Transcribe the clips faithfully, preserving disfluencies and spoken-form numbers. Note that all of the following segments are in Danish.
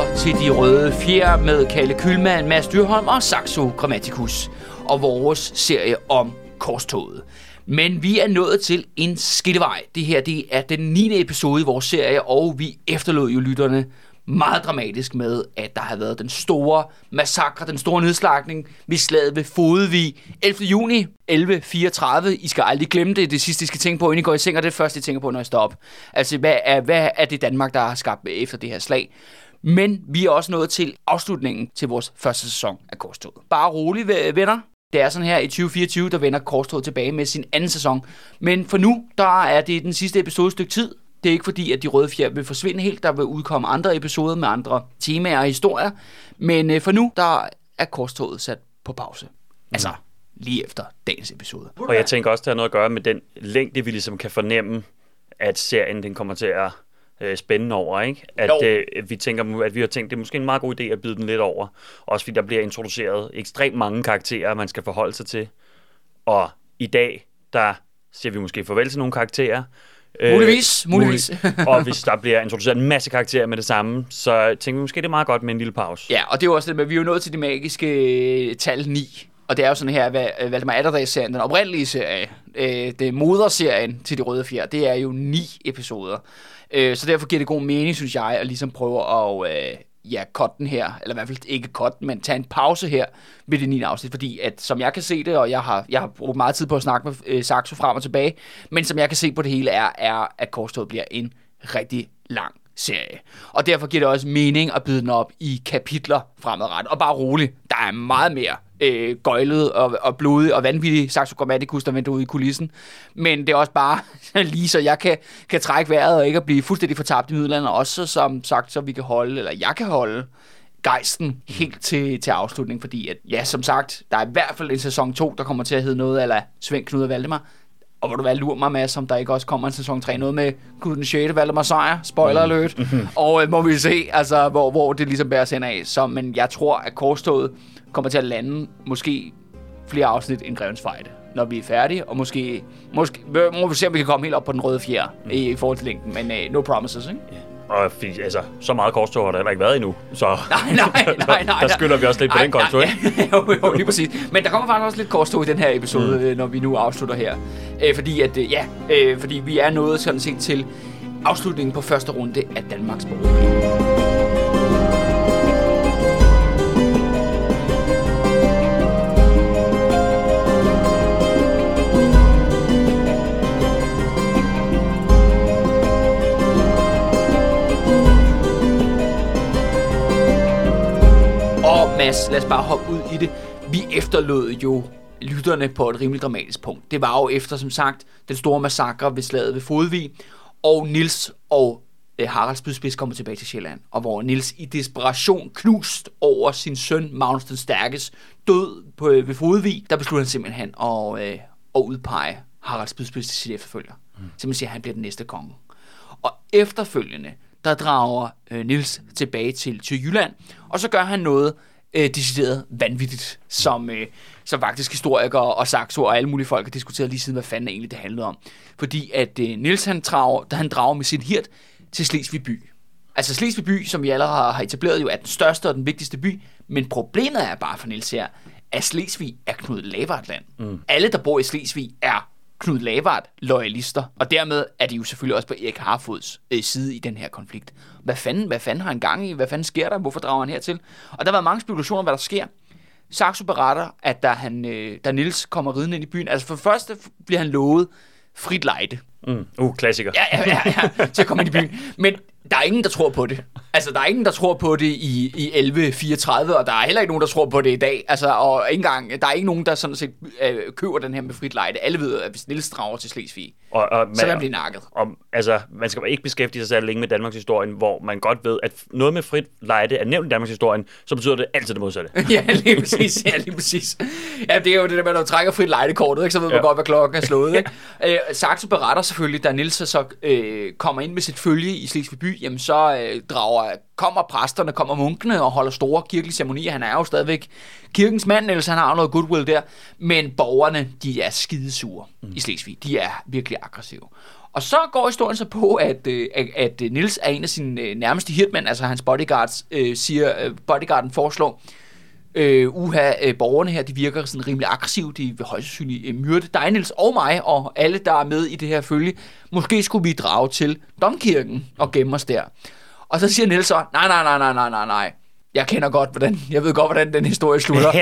lytter til De Røde Fjer med Kalle Kyhlmann, Mads Dyrholm og Saxo Grammaticus og vores serie om korstoget. Men vi er nået til en skillevej. Det her det er den niende episode i vores serie, og vi efterlod jo lytterne meget dramatisk med, at der har været den store massakre, den store nedslagning ved slaget ved Fodevig ellevte juni elleve fireogtredive. I skal aldrig glemme det. Det sidste, I skal tænke på, inden I går i seng, og det er det første, I tænker på, når I står op. Altså, hvad er, hvad er det Danmark, der har skabt efter det her slag? Men vi er også nået til afslutningen til vores første sæson af Korstoget. Bare rolig, venner. Det er sådan her i tyve fireogtyve, der vender Korstoget tilbage med sin anden sæson. Men for nu, der er det den sidste episode stykke tid. Det er ikke fordi, at De Røde Fjer vil forsvinde helt. Der vil udkomme andre episoder med andre temaer og historier. Men øh, for nu, der er Korstoget sat på pause. Altså, lige efter dagens episode. Og jeg tænker også, det har noget at gøre med den længde, vi ligesom kan fornemme, at serien den kommer til at øh, spænde over, ikke? At øh, vi tænker, at vi har tænkt, det er måske en meget god idé at byde den lidt over. Også fordi der bliver introduceret ekstremt mange karakterer, man skal forholde sig til. Og i dag, der siger vi måske farvel til nogle karakterer. Muligvis, muligvis. Og hvis der bliver introduceret en masse karakterer med det samme, så tænker vi måske, det er meget godt med en lille pause. Ja, og det er jo også det med, vi er jo nået til det magiske tal ni. Og det er jo sådan her, hvad Valdemar Atterdag-serien, den oprindelige serie, øh, det moderserien til De Røde Fjer, det er jo ni episoder. Øh, så derfor giver det god mening, synes jeg, at ligesom prøve at øh, ja, cutte den her, eller i hvert fald ikke cutte, men tage en pause her ved det niende afsnit, fordi at som jeg kan se det, og jeg har, jeg har brugt meget tid på at snakke med øh, Saxo frem og tilbage, men som jeg kan se på det hele er, er at Korstoget bliver en rigtig lang serie. Og derfor giver det også mening at byde den op i kapitler fremadrettet. Og bare roligt, der er meget mere øh, gøjlet og, og blodig og vanvittig Saxo Grammaticus, der venter ude i kulissen. Men det er også bare lige så jeg kan, kan trække vejret og ikke at blive fuldstændig fortabt i middelalderen. Også som sagt, så vi kan holde, eller jeg kan holde gejsten helt til, til afslutning. Fordi at, ja, som sagt, der er i hvert fald en sæson to, der kommer til at hedde noget eller Svend, Knud og Valdemar. Og hvor du vil lure mig, Mads, om der ikke også kommer en sæson tre, noget med Knud den sjette, Valdemar Sejr, spoiler alert. Mm-hmm. Og øh, må vi se, altså, hvor, hvor det ligesom bæres hen af. Så, men jeg tror, at Korstoget kommer til at lande måske flere afsnit end Grevens Fejde, når vi er færdige. Og måske, måske må vi se, om vi kan komme helt op på den røde fjer mm. i, i forhold til længden. Men uh, no promises, ikke? Yeah. Og altså, så meget Korstog har der heller ikke været endnu, så nej, nej, nej, nej, der skylder vi også lidt på nej, den konto, ikke? jo, jo, lige præcis. Men der kommer faktisk også lidt Korstog i den her episode, mm. når vi nu afslutter her. Æ, fordi at, ja, øh, fordi vi er nået sådan set til afslutningen på første runde af Danmarks Borgerkrig. Mads, lad os bare hoppe ud i det. Vi efterlod jo lytterne på et rimelig dramatisk punkt. Det var jo efter, som sagt, den store massakre ved slaget ved Fodevig, og Niels og eh, Harald Spydspids kommer tilbage til Sjælland, og hvor Niels i desperation knust over sin søn, Magnus den Stærkes, død på, øh, ved Fodevig, der beslutter han simpelthen at, øh, at udpege Harald Spydspids til sit efterfølger. Mm. Simpelthen siger, at han bliver den næste konge. Og efterfølgende, der drager øh, Niels tilbage til, til Jylland, og så gør han noget, Øh, decideret vanvittigt, som, øh, som faktisk historikere og Saxo og alle mulige folk har diskuteret lige siden, hvad fanden egentlig det handlede om. Fordi at øh, Niels, han drager, da han drager med sin hirt til Slesvig by. Altså Slesvig by, som vi allerede har etableret, jo er den største og den vigtigste by, men problemet er bare for Niels her, at Slesvig er Knud Lavard-land. Mm. Alle, der bor i Slesvig, er Knud Lavard loyalister, og dermed er de jo selvfølgelig også på Erik Harfods øh, side i den her konflikt. Hvad fanden, hvad fanden har han gang i? Hvad fanden sker der? Hvorfor drager han hertil? Og der har været mange spekulationer om, hvad der sker. Saxo beretter, at da, han, øh, da Niels kommer ridende ind i byen, altså for det første bliver han lovet frit lejde. Mm. Uh, klassiker. Ja, ja, ja, ja, til at komme ind i byen. Men der er ingen, der tror på det. Altså, der er ingen, der tror på det i, i elleve fireogtredive, og der er heller ikke nogen, der tror på det i dag. Altså, og ikke engang, der er ikke nogen, der sådan set øh, køber den her med frit lejde. Alle ved, at hvis Niels drager til Slesvig, og, og man, så vil han blive nakket. Og, altså, man skal ikke beskæftige sig så længe med Danmarks historien, hvor man godt ved, at noget med frit lejde er nævnt i Danmarks historien, så betyder det altid det modsatte. ja, lige præcis. Ja, lige præcis. Ja, det er jo det der med, at når du trækker frit lejdekortet, ikke, så ved man ja. godt, hvad klokken er slået. Ikke? øh, Saxo beretter selvfølgelig, da Niels så øh, kommer ind med sit følge i Slesvig by, jamen så øh, drager, kommer præsterne, kommer munkene og holder store kirkelige ceremonier. Han er jo stadigvæk kirkens mand, ellers han har noget goodwill der. Men borgerne, de er skidesure mm. i Slesvig. De er virkelig aggressive. Og så går historien så på, at, at, at Niels er en af sine nærmeste hitmænd, altså hans bodyguards, øh, siger, bodyguarden foreslår, øh, uha, øh, borgerne her, de virker sådan rimelig aggressivt, de vil højst sandsynligt øh, myrde dig, Niels, og mig, og alle, der er med i det her følge. Måske skulle vi drage til domkirken og gemme os der. Og så siger Niels så, nej, nej, nej, nej, nej, nej, nej. Jeg kender godt, hvordan, jeg ved godt, hvordan den historie slutter.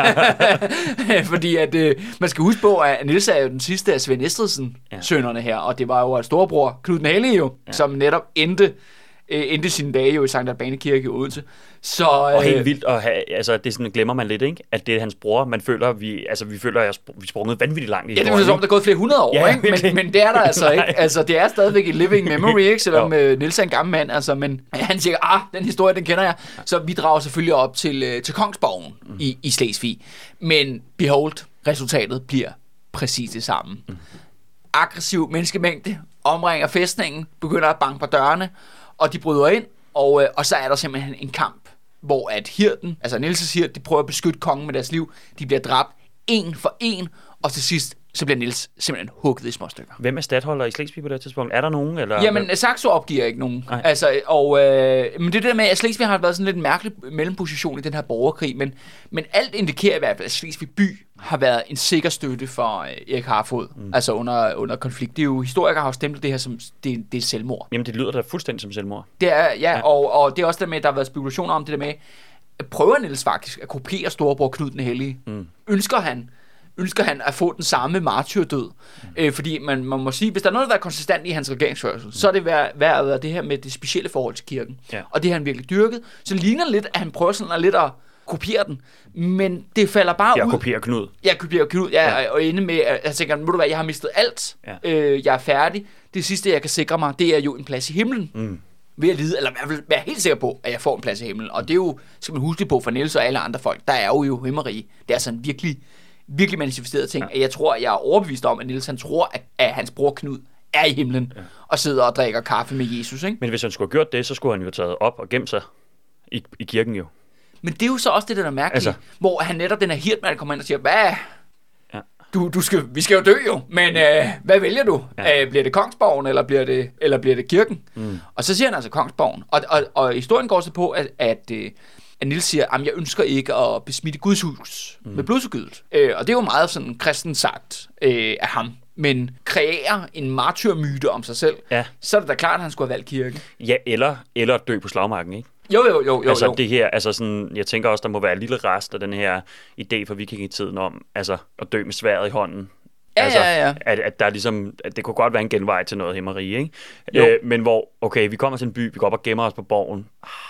Fordi at, øh, man skal huske på, at Niels er jo den sidste af Svend Estridsen-sønnerne her, og det var jo storebror Knud den Hellige jo, ja. som netop endte, øh, endte sine dage jo i Sankt Albani Kirke i Odense. Så, øh, og helt vildt at have, altså det sådan, glemmer man lidt, ikke? At det er hans bror, man føler, vi, altså vi føler, at vi er sprunget vanvittigt langt i historien. Ja, det er som, der er gået flere hundrede år, ja, ikke? Men, men det er der altså ikke. Altså, det er stadigvæk et living memory, ikke? Selvom øh, Niels er en gammel mand, altså, men han siger, ah, den historie, den kender jeg. Så vi drager selvfølgelig op til, øh, til Kongsborgen mm. i, i Slesvig. Men behold, resultatet bliver præcis det samme. Mm. Aggressiv menneskemængde omringer fæstningen, begynder at banke på dørene, og de bryder ind, og, øh, og så er der simpelthen en kamp, hvor at hirden, altså Niels' hirt, de prøver at beskytte kongen med deres liv, de bliver dræbt en for en, og til sidst, så bliver Niels simpelthen hugget i små stykker. Hvem er stadholder i Slesvig på det tidspunkt? Er der nogen? Eller? Jamen, Saxo opgiver ikke nogen. Altså, og, øh, men det der med, at Slesvig har været sådan lidt en mærkelig mellemposition i den her borgerkrig, men, men alt indikerer i hvert fald, at Slesvig by har været en sikker støtte for øh, Erik Harfod, mm. altså under, under konflikt. Det er jo, historikere har jo stemplet det her som, det, det er selvmord. Jamen, det lyder da fuldstændig som selvmord. Det er, ja, ja. Og, og det er også det med, at der har været spekulationer om det der med, at prøver Niels faktisk at kopiere storebror Knud den Hellige? Mm. Ønsker han ønsker han at få den samme martyrdød. Mm. Øh, fordi man, man må sige, hvis der er noget, der er konsistent i hans regeringsførsel, mm. så er det værd at det her med det specielle forhold til kirken. Ja. Og det har han virkelig dyrket. Så det ligner lidt, at han prøver sådan at lidt at kopiere den. Men det falder bare jeg ud. Jeg kopierer Knud. Jeg kopierer Knud, ja, ja. Og ende med, at jeg tænker, ved du hvad, jeg har mistet alt. Ja. Øh, jeg er færdig. Det sidste, jeg kan sikre mig, det er jo en plads i himlen. Mm. Ved at lide, eller jeg vil være helt sikker på, at jeg får en plads i himlen. Og det er jo, skal man huske på for Niels og alle andre folk, der er jo jo himmerige. Det er sådan virkelig virkelig manifesteret ting, ja. At jeg tror, jeg er overbevist om, at Niels han tror, at, at hans bror Knud er i himlen, ja. Og sidder og drikker kaffe med Jesus, ikke? Men hvis han skulle have gjort det, så skulle han jo taget op og gemt sig i, i kirken jo. Men det er jo så også det, der er mærkeligt, altså, hvor han netop den her hirtmand kommer ind og siger, hvad? Ja. Du, du skal, vi skal jo dø jo, men øh, hvad vælger du? Ja. Øh, bliver det Kongsborgen, eller bliver det, eller bliver det kirken? Mm. Og så siger han altså Kongsborgen. Og, og, og historien går så på, at, at øh, at Niels siger, at jeg ønsker ikke at besmitte Guds hus mm. med blodsudgydelsen. Øh, og det er jo meget sådan kristen sagt øh, af ham. Men kreerer en martyrmyte om sig selv, ja. Så er det da klart, at han skulle have valgt kirke. Ja, eller, eller dø på slagmarken, ikke? Jo, jo, jo. jo altså jo. det her, altså sådan, jeg tænker også, der må være en lille rest af den her idé fra vikingetiden om, altså at dø med sværdet i hånden. Ja, altså, ja, ja. At, at der ligesom, at det kunne godt være en genvej til noget himmeri, ikke? Øh, men hvor, okay, vi kommer til en by, vi går op og gemmer os på borgen.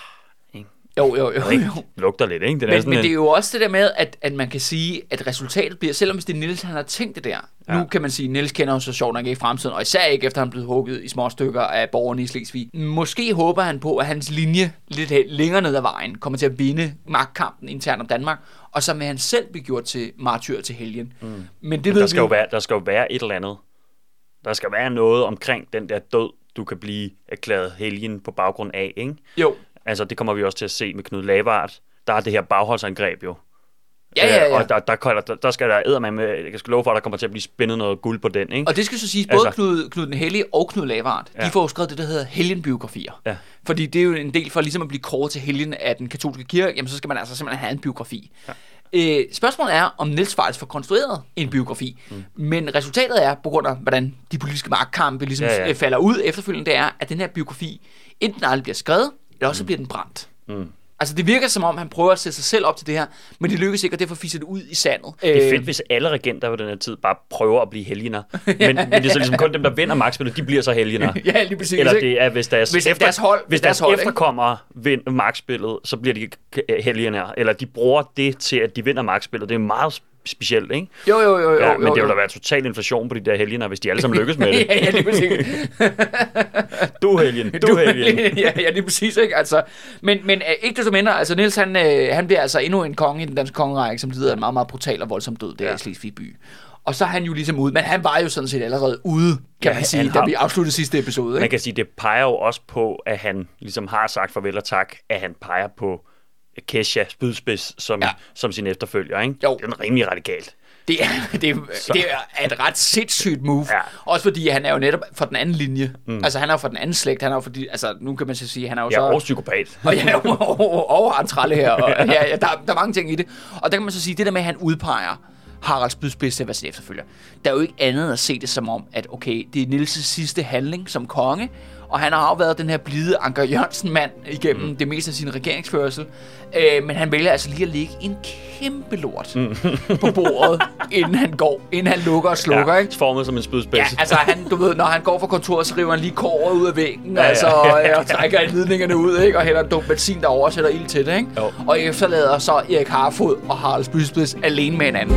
Jo, jo, jo. jo. Lugter lidt, ikke? Det men, men det er jo også det der med, at, at man kan sige, at resultatet bliver, selvom hvis det er Niels, han har tænkt det der. Ja. Nu kan man sige, at Niels kender jo så sjovt nok ikke i fremtiden, og især ikke efter han er blevet hugget i små stykker af borgerne i Slesvig. Måske håber han på, at hans linje lidt længere ned ad vejen kommer til at vinde magtkampen internt om Danmark, og så vil han selv blive gjort til martyr til helgen. Mm. Men det men ved der, skal vi... jo være, der skal jo være et eller andet. Der skal være noget omkring den der død, du kan blive erklæret helgen på baggrund af, ikke? Jo. Altså, det kommer vi også til at se med Knud Lavard. Der er det her bagholdsangreb jo. Ja, ja, ja. Og der, der, der, der skal der eddermame med, jeg skal love for, at der kommer til at blive spændet noget guld på den, ikke? Og det skal så sige, både altså, Knud, Knud den Hellige og Knud Lavard, ja. De får jo skrevet det, der hedder helgenbiografier. Ja. Fordi det er jo en del for ligesom at blive kåret til helgen af den katolske kirke, jamen så skal man altså simpelthen have en biografi. Ja. Øh, spørgsmålet er, om Niels faktisk får konstrueret en biografi. Mm. Men resultatet er, på grund af, hvordan de politiske magtkampe ligesom ja, ja. falder ud efterfølgende, det er, at den her biografi enten aldrig bliver skrevet, eller også mm. bliver den brændt. Mm. Altså det virker som om, han prøver at sætte sig selv op til det her, men det lykkes ikke, og derfor fiser det ud i sandet. Det er fedt, hvis alle regenter på den her tid bare prøver at blive helgener. Men, men det er så ligesom kun dem, der vinder magtspillet, de bliver så helgener. Ja, lige præcis. Eller det er, hvis deres, hvis efter, deres, hold, hvis deres, deres efterkommere vinder magtspillet, så bliver de helgener. Eller de bruger det til, at de vinder magtspillet. Det er meget specielt, ikke? Jo, jo, jo. jo ja, men jo, det vil jo. da være total inflation på de der helgener, hvis de alle sammen lykkes med det. ja, ja, lige præcis. du helgen, du, du helgen. ja, ja, lige præcis, ikke? Altså, men, men ikke desto mindre, altså Niels, han, øh, han bliver altså endnu en konge i den danske kongerække, som lider en meget, meget brutal og voldsom død der ja. I Slesvig by. Og så er han jo ligesom ude, men han var jo sådan set allerede ude, kan ja, man sige, har, da vi afsluttede sidste episode. Ikke? Man kan sige, det peger jo også på, at han ligesom har sagt farvel og tak, at han peger på Kesha Spydspids som, ja. Som sin efterfølger, ikke? Jo. Det er rimelig radikalt. Det er, det, er, det er et ret sindssygt move. Ja. Også fordi han er jo netop fra den anden linje. Mm. Altså han er jo fra den anden slægt. Han er jo fordi, altså nu kan man så sige, han er jo ja, så... Ja, og psykopat. Og ja, og, og, og han trælle her. Og, ja, ja, der, der er mange ting i det. Og der kan man så sige, det der med, at han udpeger Harald Spydspids til at være sin efterfølger. Der er jo ikke andet at se det som om, at okay, det er Niels' sidste handling som konge, og han har jo været den her blide Anker Jørgensen-mand igennem mm. det meste af sin regeringsførsel. Øh, men han vælger altså lige at lægge en kæmpe lort mm. på bordet, inden han går, inden han lukker og slukker. Ja, ikke? Formet som en spydspids. Ja, altså han, du ved, når han går fra kontoret, så river han lige kåret ud af væggen, ja, altså, ja, ja, ja. og trækker ledningerne ud, ikke? Og hælder en dum benzin derover og sætter ild til det. Ikke? Og efterlader så Erik Harfod og Harald Spydspids alene med hinanden.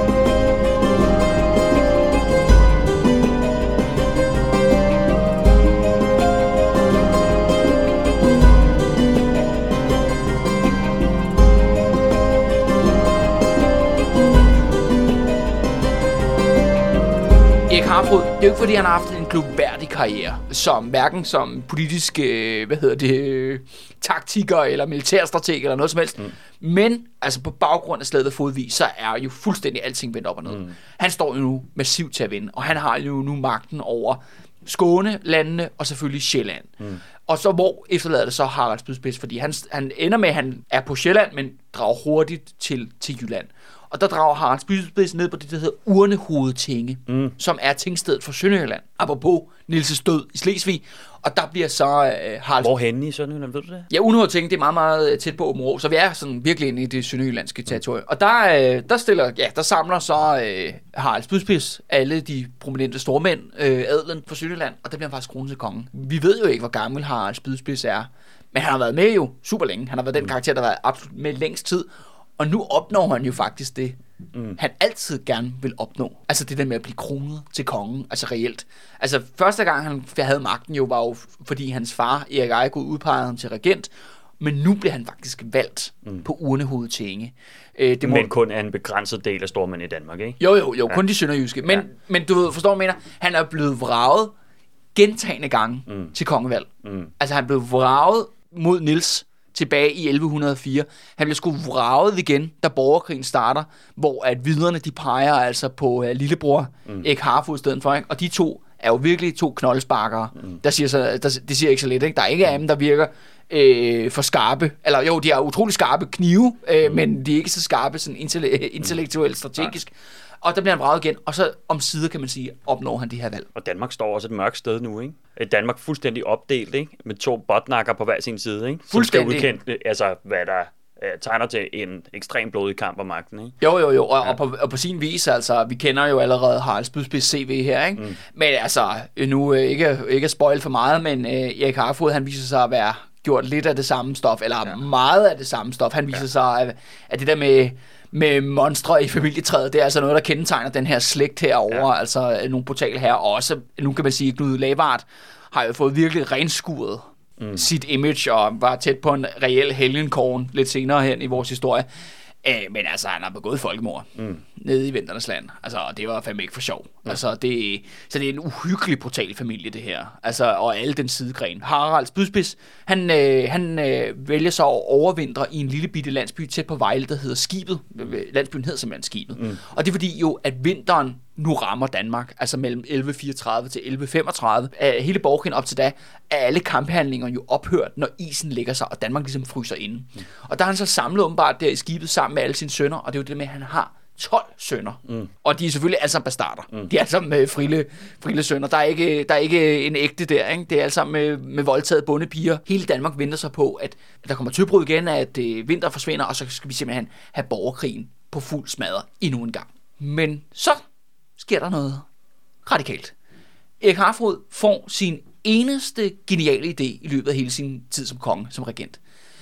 Erik Harfod, det er jo ikke fordi, han har haft en glubærdig karriere, som hverken som politisk, øh, hvad hedder det, øh, taktiker eller militærstrateg eller noget som helst. Mm. Men altså på baggrund af slaget ved Fodvig, så er jo fuldstændig alting vendt op og ned. Mm. Han står jo nu massivt til at vinde, og han har jo nu magten over Skåne, landene og selvfølgelig Sjælland. Mm. Og så hvor efterlader det så Harald Spydspids, fordi han, han ender med, at han er på Sjælland, men drager hurtigt til, til Jylland. Og der drager Harald Spydspids ned på det, der hedder Urnehovedtinge, mm. som er tingstedet for Sønderjylland, apropos Niels' død i Slesvig. Og der bliver så øh, Harald... Hvorhenne i Sønderjylland, ved du det? Ja, Urnehovedtinge, det er meget, meget tæt på Åbenrå, så vi er sådan virkelig inde i det sønderjyllandske territorium. Og der, øh, der, stiller, ja, der samler så øh, Harald Spydspids alle de prominente stormænd, øh, adelen for Sønderjylland, og der bliver han faktisk kronet til kongen. Vi ved jo ikke, hvor gammel Harald Spydspids er, men han har været med jo super længe. Han har været den karakter, der har været absolut med længst tid. Og nu opnår han jo faktisk det, mm. han altid gerne vil opnå. Altså det der med at blive kronet til kongen, altså reelt. Altså første gang han havde magten jo, var jo fordi hans far, Erik Ejegod, udpegede ham til regent. Men nu bliver han faktisk valgt mm. på Urnehovedtinge. Øh, det må... Men kun er en begrænset del af stormænd i Danmark, ikke? Jo, jo, jo, ja. Kun de sønderjyske. Men, ja. men du ved, forstår du, mener, han er blevet vraget gentagne gange mm. til kongevalg. Mm. Altså han blev vraget mod Niels tilbage i elleve hundrede og fire. Han bliver sgu vraget igen, da borgerkrigen starter, hvor at viderne, de peger altså på uh, lillebror mm. Erik Harfod i stedet for, ikke? Og de to er jo virkelig to knoldesparkere. Mm. Der siger så, der, det siger ikke så lidt, ikke? Der er ikke af dem, der virker øh, for skarpe. Eller jo, de er utrolig skarpe knive, øh, mm. men de er ikke så skarpe sådan intelle- intellektuelt strategisk. Mm. Og der bliver han vraget igen, og så om sider, kan man sige, opnår han det her valg. Og Danmark står også et mørkt sted nu, ikke? Danmark fuldstændig opdelt, ikke? Med to botnakker på hver sin side, ikke? Fuldstændig. Som skal udkende, altså, hvad der uh, tegner til en ekstrem blodig kamp om magten, ikke? Jo, jo, jo, og, ja. og, på, og på sin vis, altså, vi kender jo allerede Harald Spydspids C V her, ikke? Mm. Men altså, nu ikke, ikke at spoil for meget, men uh, Erik Harfod, han viser sig at være gjort lidt af det samme stof, eller ja. meget af det samme stof. Han viser ja. sig, at, at det der med... med monstre i familietræet, det er altså noget, der kendetegner den her slægt herovre, ja. altså nogle brutale her, og også, nu kan man sige, Knud Lavard har jo fået virkelig renskuret mm. sit image, og var tæt på en reel helgenkåren lidt senere hen i vores historie. Æh, men altså, han har begået folkemord mm. nede i Vinternes land. Altså, det var fandme ikke for sjov. Ja. Altså, det, så det er en uhyggelig brutal familie, det her. Altså, og alle den sidegren. Harald Spydspids, han, øh, han øh, vælger så at overvintre i en lille bitte landsby tæt på Vejle, der hedder Skibet. Landsbyen hedder simpelthen Skibet. Mm. Og det er fordi jo, at vinteren nu rammer Danmark, altså mellem elleve fireogtredive til elleve femogtredive. Hele borgerkrigen op til da, er alle kamphandlinger jo ophørt, når isen lægger sig, og Danmark ligesom fryser inde. Mm. Og der er han så samlet åbenbart der i Skibet sammen med alle sine sønner, og det er jo det med, at han har tolv sønner. Mm. Og de er selvfølgelig alle sammen bastarder. Mm. De er alle sammen med frille, frille sønner. Der er, ikke, der er ikke en ægte der, ikke? Det er alle sammen med, med voldtaget bondepiger. Hele Danmark venter sig på, at der kommer tøbrud igen, at øh, vinter forsvinder, og så skal vi simpelthen have borgerkrigen på fuld smadre endnu en gang. Men så sker der noget radikalt. Erik Harfod får sin eneste geniale idé i løbet af hele sin tid som konge, som regent.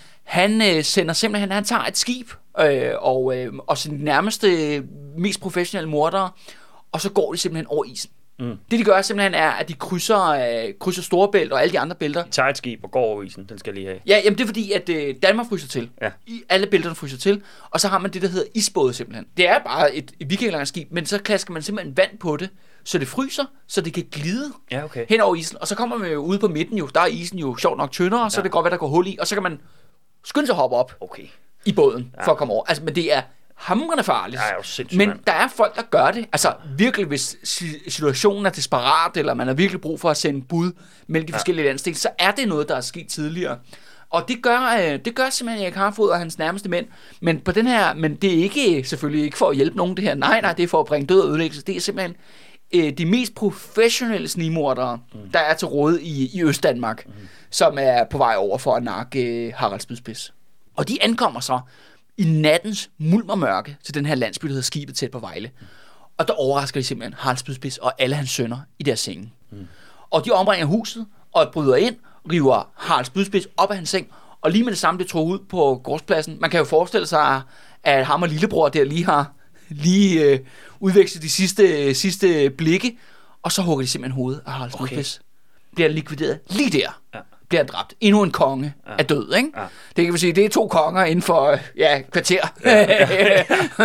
Han øh, sender simpelthen, han tager et skib øh, og, øh, og sin nærmeste, mest professionelle mordere, og så går de simpelthen over isen. Mm. Det de gør simpelthen er, at de krydser, øh, krydser Storebælt og alle de andre bælter. De tager et skib og går over isen, den skal lige have. Ja, jamen det er fordi, at øh, Danmark fryser til. Ja. I, alle bælterne fryser til, og så har man det, der hedder isbåde simpelthen. Det er bare et, et vikingskib, men så klasker man simpelthen vand på det, så det fryser, så det kan glide ja, okay. hen over isen. Og så kommer man jo ude på midten jo, der er isen jo sjovt nok tyndere, så ja. det kan godt være, der går hul i, og så kan man skynde sig at hoppe op okay. i båden ja. for at komme over. Altså, men det er hamrende farligt. Ja, jo men mand. der er folk, der gør det. Altså virkelig, hvis situationen er desperat, eller man har virkelig brug for at sende bud mellem de ja. forskellige landsdele, så er det noget, der er sket tidligere. Og det gør, det gør simpelthen Erik Harfod og hans nærmeste mænd. Men på den her, men det er ikke selvfølgelig ikke for at hjælpe nogen det her. Nej, nej, det er for at bringe død og ødelæggelse. Det er simpelthen øh, de mest professionelle snigmordere, mm. der er til råde i, i Østdanmark, mm. som er på vej over for at nakke øh, Harald Spydspids. Og de ankommer så i nattens mulm og mørke til den her landsby, der hedder Skibet tæt på Vejle. Mm. Og der overrasker de simpelthen Harald Spydspids og alle hans sønner i deres senge. Mm. Og de omringer huset og bryder ind, river Harald Spydspids op af hans seng, og lige med det samme, det tog ud på gårdspladsen. Man kan jo forestille sig, at ham og lillebror der lige har lige øh, udvekslet de sidste, sidste blikke, og så hugger de simpelthen hovedet af Harald Spydspids. Okay. Bliver likvideret lige der. Ja. Bliver dræbt. Endnu en konge ja. er død, ikke? Ja. Det kan vi sige, det er to konger inden for ja, kvarter ja.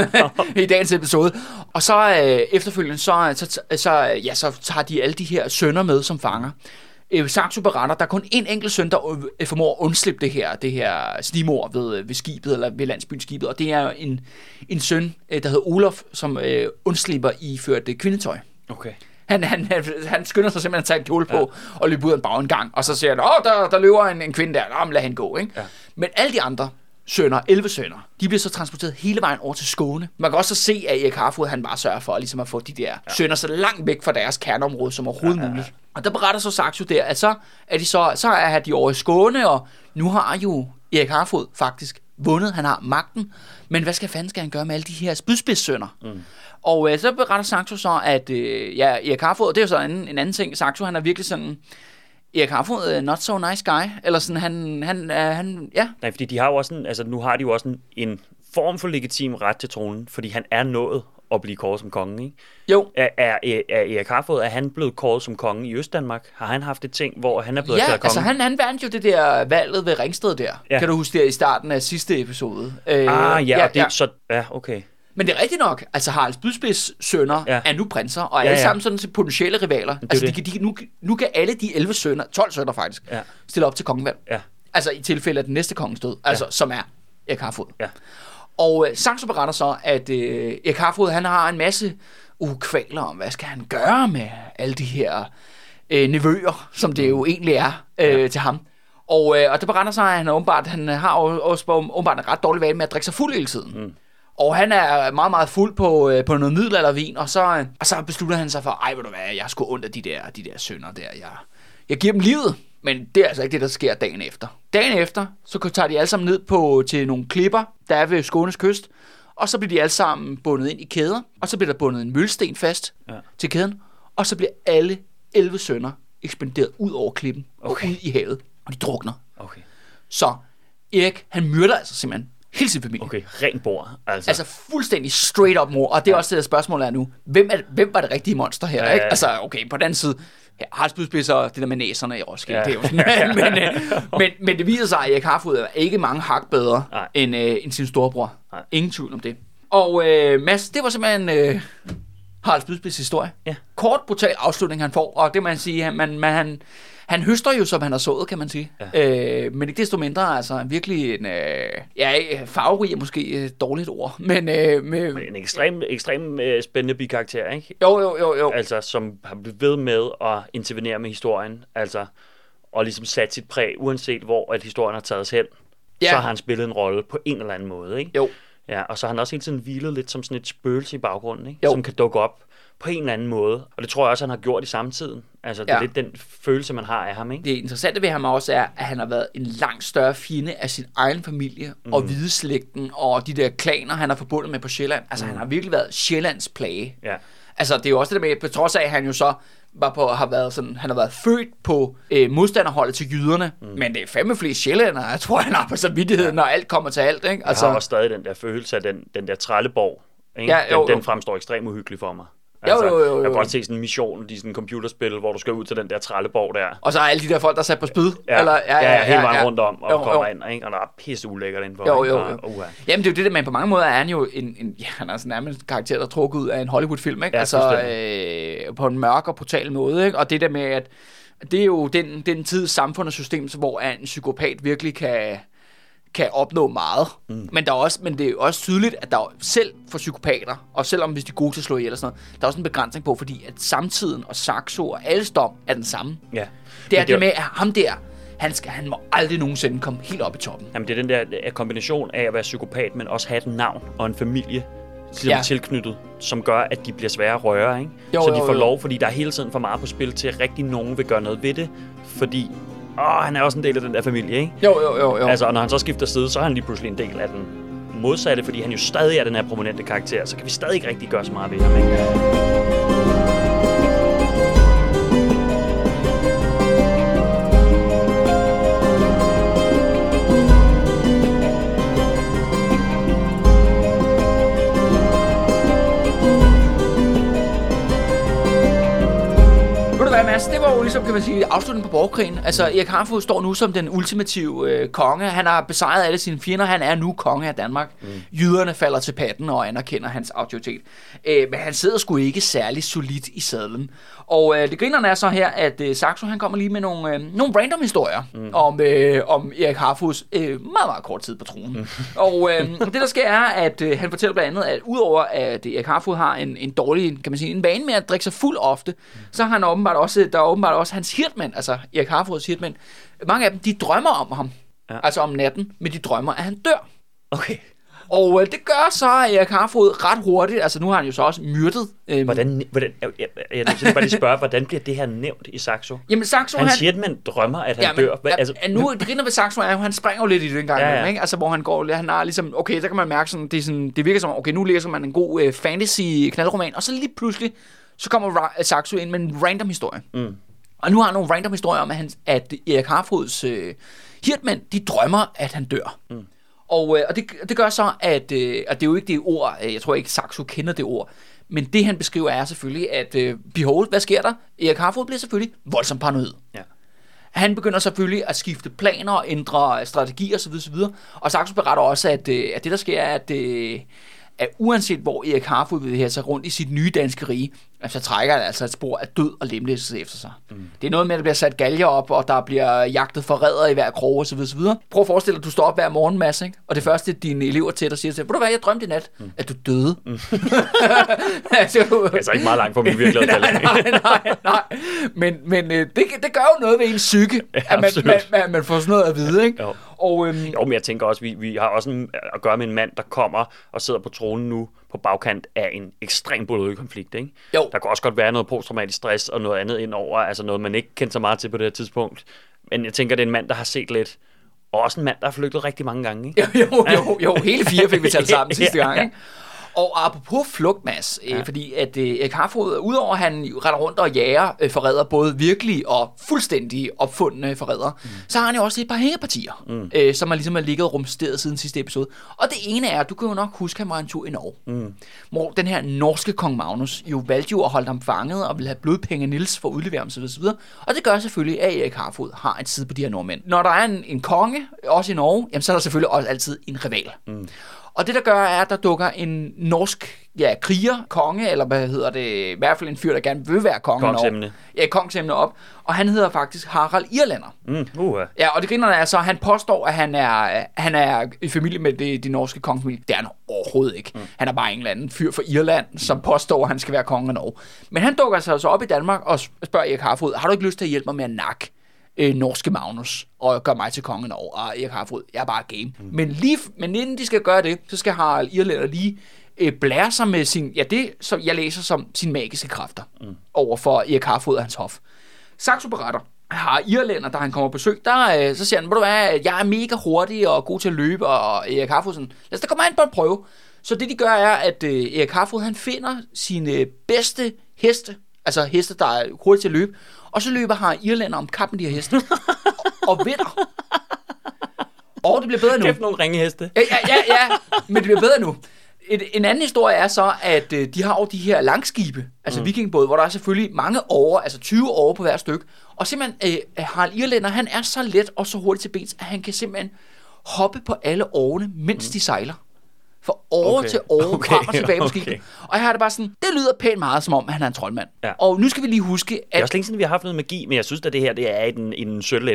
i dagens episode. Og så øh, efterfølgende, så, så, så, ja, så tager de alle de her sønner med som fanger. Øh, Saxo beretter, der er kun en enkelt søn, der øh, formår at undslippe det her, det her snigmord ved, ved skibet, eller ved landsbyen Skibet, og det er en, en søn, øh, der hedder Olof, som øh, undslipper i ført øh, kvindetøj. Okay. Han, han, han skynder sig simpelthen at tage en kjole på, ja. og løbe ud af en bag en gang, og så siger han, åh, der, der løber en, en kvinde der, nå, lad hende gå, ikke? Ja. Men alle de andre sønner, elleve sønner, de bliver så transporteret hele vejen over til Skåne. Man kan også så se, at Erik Harfod, han bare sørger for ligesom at få de der ja. sønner så langt væk fra deres kerneområde som overhovedet ja, ja, ja. muligt. Og der beretter så Saxo der, at så er de så, så er de over i Skåne, og nu har jo Erik Harfod faktisk vundet, han har magten, men hvad skal fanden skal han gøre med alle de her spydspidssønner? Mm. Og øh, så beretter Saxo så, at øh, ja, Erik Harfod, det er jo så en, en anden ting, Saxo, han er virkelig sådan, Erik Harfod, not so nice guy, eller sådan, han, han, øh, han ja. Nej, fordi de har jo også en, altså nu har de jo også en, en form for legitim ret til tronen, fordi han er nået at blive kåret som konge, ikke? Jo. Er, er, er Erik Harfod, er han blevet kåret som konge i Østdanmark? Har han haft et ting, hvor han er blevet ja, erklæret konge? Ja, altså han, han vandt jo det der valget ved Ringsted der. Ja. Kan du huske det i starten af sidste episode? Ah, ja, ja, og det ja. så, ja, okay. Men det er rigtigt nok, altså Harald Spydspids sønner ja. er nu prinser, og er ja, alle ja. sammen sådan til potentielle rivaler. Altså de, de, nu, nu kan alle de elleve sønner, tolv sønner faktisk, ja. stille op til kongevalg. Ja. Altså i tilfælde af den næste kongens død, altså ja. som er Erik Harfod. Ja. Og øh, Saxo beretter så, at øh, Erik Harfod, han har en masse ukvaler om, hvad skal han gøre med alle de her øh, nevøer, som det jo egentlig er øh, ja. til ham. Og, øh, og det beretter sig, at han, åbenbart, han har også åbenbart en ret dårlig vane med at drikke sig fuld hele tiden. Mm. Og han er meget, meget fuld på, øh, på noget middelaldervin, og så, øh, og så beslutter han sig for, ej, ved du hvad, jeg er sgu ondt af de der, de der sønner der. Jeg, jeg giver dem livet, men det er altså ikke det, der sker dagen efter. Dagen efter, så tager de alle sammen ned på, til nogle klipper, der er ved Skånes kyst, og så bliver de alle sammen bundet ind i kæder, og så bliver der bundet en mølsten fast ja. til kæden, og så bliver alle elleve sønner ekspanderet ud over klippen okay. og ud i havet, og de drukner. Okay. Så Erik, han myrder altså simpelthen hele sin familie. Okay, ren bord. Altså. altså fuldstændig straight up mor, og det er ja. også det der spørgsmål er nu. Hvem, er, hvem var det rigtige monster her? Ja, ikke? Altså okay, på den anden side, Harald Spydspids og det der med næserne i Roskilde, ja. det er jo sådan, men, men, men, men det viser sig, at Erik Harfod er ikke mange hak bedre end, øh, end sin storebror. Nej. Ingen tvivl om det. Og øh, Mads, det var simpelthen øh, Harald Spydspids historie. Ja. Kort, brutal afslutning han får, og det man sige, han, man, man, han, han høster jo, som han har sået, kan man sige. Ja. Øh, men ikke desto mindre, altså virkelig en, øh, ja, farverig er måske et dårligt ord, men... Øh, med, men en ekstrem, ekstrem øh, spændende bikarakter, ikke? Jo, jo, jo, jo. Altså, som har blivet ved med at intervenere med historien, altså, og ligesom sat sit præg, uanset hvor at historien har taget os hen, ja. så har han spillet en rolle på en eller anden måde, ikke? Jo. Ja, og så har han også hele tiden hvilet lidt som sådan et spøgelse i baggrunden, ikke? Som kan dukke op på en eller anden måde. Og det tror jeg også, han har gjort i samtiden. Altså, det ja. er lidt den følelse, man har af ham, ikke? Det interessante ved ham også er, at han har været en langt større fjende af sin egen familie mm. og hvideslægten og de der klaner, han har forbundet med på Sjælland. Altså, mm. han har virkelig været Sjællands plage. Ja. Altså, det er jo også det der med, på trods af, at han jo så var på, har været sådan, han har været født på øh, modstanderholdet til jyderne, mm. men det er fandme flere sjællændere, jeg tror, han har på samvittigheden, ja. når alt kommer til alt, ikke? Altså, jeg har også stadig den der følelse af den, den der trælleborg, ikke? Ja, jo, den, den fremstår ekstremt uhyggelig for mig. Altså, jo, jo, jo, jo. Jeg kan godt se sådan en mission, de sådan computerspil, hvor du skal ud til den der trælleborg der. Og så er alle de der folk, der sat på spyd. Ja, eller, ja, ja, ja, hele vejen ja, rundt om og jo, kommer jo. ind, ikke? Og der er pisse ulækkert indenfor. Jo, jo, jo. Og, uh, Jamen det er jo det der, men på mange måder er han jo en, en ja, han er sådan nærmest en karakter, der er trukket ud af en Hollywood-film, ikke? Ja, altså øh, på en mørk og brutal måde, ikke? Og det der med, at det er jo den, den tids samfundssystem, hvor en psykopat virkelig kan... kan opnå meget. Mm. Men, der er også, men det er også tydeligt, at der er selv for psykopater, og selvom hvis de er gode til at slå ihjel og sådan noget, der er også en begrænsning på, fordi at samtiden og Saxo og alles dom er den samme. Ja. Det er det, det med, at ham der, han, skal, han må aldrig nogensinde komme helt op i toppen. Jamen, det er den der kombination af at være psykopat, men også have et navn og en familie ja. tilknyttet, som gør, at de bliver svære at røre, ikke? Jo, så de får jo, jo. lov, fordi der er hele tiden for meget på spil til, at rigtig nogen vil gøre noget ved det, fordi åh, han er også en del af den der familie, ikke? Jo, jo, jo, jo. Altså, og når han så skifter side, så er han lige pludselig en del af den modsatte, fordi han jo stadig er den her prominente karakter, så kan vi stadig ikke rigtig gøre så meget ved ham, ikke? Altså, det var jo ligesom, kan man sige, afslutningen på borgerkrigen. Altså, Erik Harfod står nu som den ultimative øh, konge. Han har besejret alle sine fjender. Han er nu konge af Danmark. Mm. Jyderne falder til patten og anerkender hans autoritet. Øh, men han sidder sgu ikke særlig solidt i sadlen. Og øh, det grinerne er så her, at øh, Saxo, han kommer lige med nogle, øh, nogle random historier mm. om, øh, om Erik Harfods øh, meget, meget kort tid på tronen. Mm. Og øh, det, der sker, er, at øh, han fortæller blandt andet, at udover at Erik Harfod har en, en dårlig, kan man sige, en vane med at drikke sig fuld ofte, mm. så har han åbenbart også, der er åbenbart også hans hirtmænd, altså Erik Harfods hirtmænd. Mange af dem, de drømmer om ham, ja. altså om natten, men de drømmer, at han dør. Okay. Og øh, det gør så Erik Harfod ret hurtigt. Altså nu har han jo så også myrdet. Øhm. Hvordan, hvordan, jeg, jeg, jeg, jeg vil bare lige spørge, hvordan bliver det her nævnt i Saxo? Jamen Saxo, han... han siger, at man drømmer, at han ja, men, dør. Hva, ja, altså, nu, det griner ved Saxo er jo, han springer jo lidt i den gang, ja, ja. ikke? Altså hvor han går, han har ligesom, okay, der kan man mærke sådan, det, er sådan, det virker som, okay, nu læser man en god øh, fantasy-knaldroman, og så lige pludselig, så kommer Saxo ind med en random historie. Mm. Og nu har han nogle random historier om, at, han, at Erik Harfods øh, hirtmænd, de drømmer, at han dør. Mm. Og, øh, og det, det gør så, at, øh, at det er jo ikke det ord, øh, jeg tror ikke Saxo kender det ord, men det han beskriver er selvfølgelig, at øh, behold, hvad sker der? Erik Harfod bliver selvfølgelig voldsomt paranoid. Ja. Han begynder selvfølgelig at skifte planer og ændre strategier osv. osv. Og Saxo beretter også, at, øh, at det der sker er, at, øh, at uanset hvor Erik Harfod vil have sig rundt i sit nye danske rige, så trækker han altså et spor af død og lemlæstelse efter sig. Mm. Det er noget med, at der bliver sat galger op, og der bliver jagtet forrædere i hver krog osv. osv. Prøv at forestille dig, at du står op hver morgen, Mads, ikke? Og det første, dine elever til dig siger til, ved du hvad, jeg drømte i nat, mm. at du døde. Mm. altså, det er ikke meget langt fra min virkelighed. nej, nej, nej, nej. Men, men det, det gør jo noget ved ens psyke, ja, at man, man, man, man får sådan noget at vide, ikke? Jo. Og, øhm, jo, men jeg tænker også, vi, vi har også en, at gøre med en mand, der kommer og sidder på tronen nu på bagkant af en ekstrem blodig konflikt, ikke? Jo. Der kan også godt være noget posttraumatisk stress og noget andet indover, altså noget, man ikke kendte så meget til på det her tidspunkt. Men jeg tænker, det er en mand, der har set lidt, og også en mand, der har flygtet rigtig mange gange, ikke? Jo, jo, jo, jo. Hele fire fik vi talt sammen sidste gang, ikke? Og apropos flugt, Mads, ja. øh, fordi at øh, Erik Harfod, udover at han retter rundt og jager øh, forræder, både virkelige og fuldstændig opfundne forræder, mm. så har han jo også et par hængepartier, mm. øh, som har ligesom er ligget rumsteret siden sidste episode. Og det ene er, du kan jo nok huske, han var en tur i Norge, mm. hvor den her norske kong Magnus jo valgte jo at holde ham fanget og ville have blodpenge Nils for at udlevere ham, så videre, så videre. Og det gør selvfølgelig, at Erik Harfod har et side på de her nordmænd. Når der er en, en konge, også i Norge, jamen, så er der selvfølgelig også altid en rival. Mm. Og det, der gør, er, at der dukker en norsk ja, kriger, konge, eller hvad hedder det, i hvert fald en fyr, der gerne vil være konge. Kongsemne. Ja, kongsemne op. Og han hedder faktisk Harald Irlander. Mm, uh. Ja, og det griner er så, han påstår, at han er, han er i familie med de, de norske kongefamilie. Det er han overhovedet ikke. Mm. Han er bare en eller anden fyr fra Irland, som påstår, at han skal være konge af Norge. Men han dukker sig altså op i Danmark og spørger Erik Harfod, har du ikke lyst til at hjælpe mig med at nakke Øh, norske Magnus og gør mig til kongen over, og Erik Harfod, jeg er bare game. Mm. Men, lige, men inden de skal gøre det, så skal Harald Irlander lige øh, blære sig med sin, ja det, som jeg læser som sin magiske kræfter mm. over for Erik Harfod og hans hof. Saxo beretter, har Irlander, da han kommer på besøg, der øh, så siger han, ved du hvad, jeg er mega hurtig og god til at løbe, og Erik Harfod sådan, lad os da komme ind på en prøve. Så det de gør er, at øh, Erik Harfod, han finder sine bedste heste, altså heste, der er hurtigt til at løbe, og så løber har Irlander om kap med de her heste. og, og vinder. Og det bliver bedre nu. Kæft nogle ringeheste. Ja, ja, ja, ja, men det bliver bedre nu. Et, en anden historie er så, at øh, de har jo de her langskibe, altså mm. vikingbåde, hvor der er selvfølgelig mange år, altså tyve år på hver stykke. Og simpelthen, øh, Harald Irlander, han er så let og så hurtigt til bens, at han kan simpelthen hoppe på alle årene, mens mm. de sejler. For år okay. til år, okay. frem og tilbage på skibet. Okay. Og her er det bare sådan, det lyder pænt meget, som om han er en troldmand. Ja. Og nu skal vi lige huske, at... Det er også længe siden, vi har haft noget magi, men jeg synes, at det her det er i den, i den sølvende.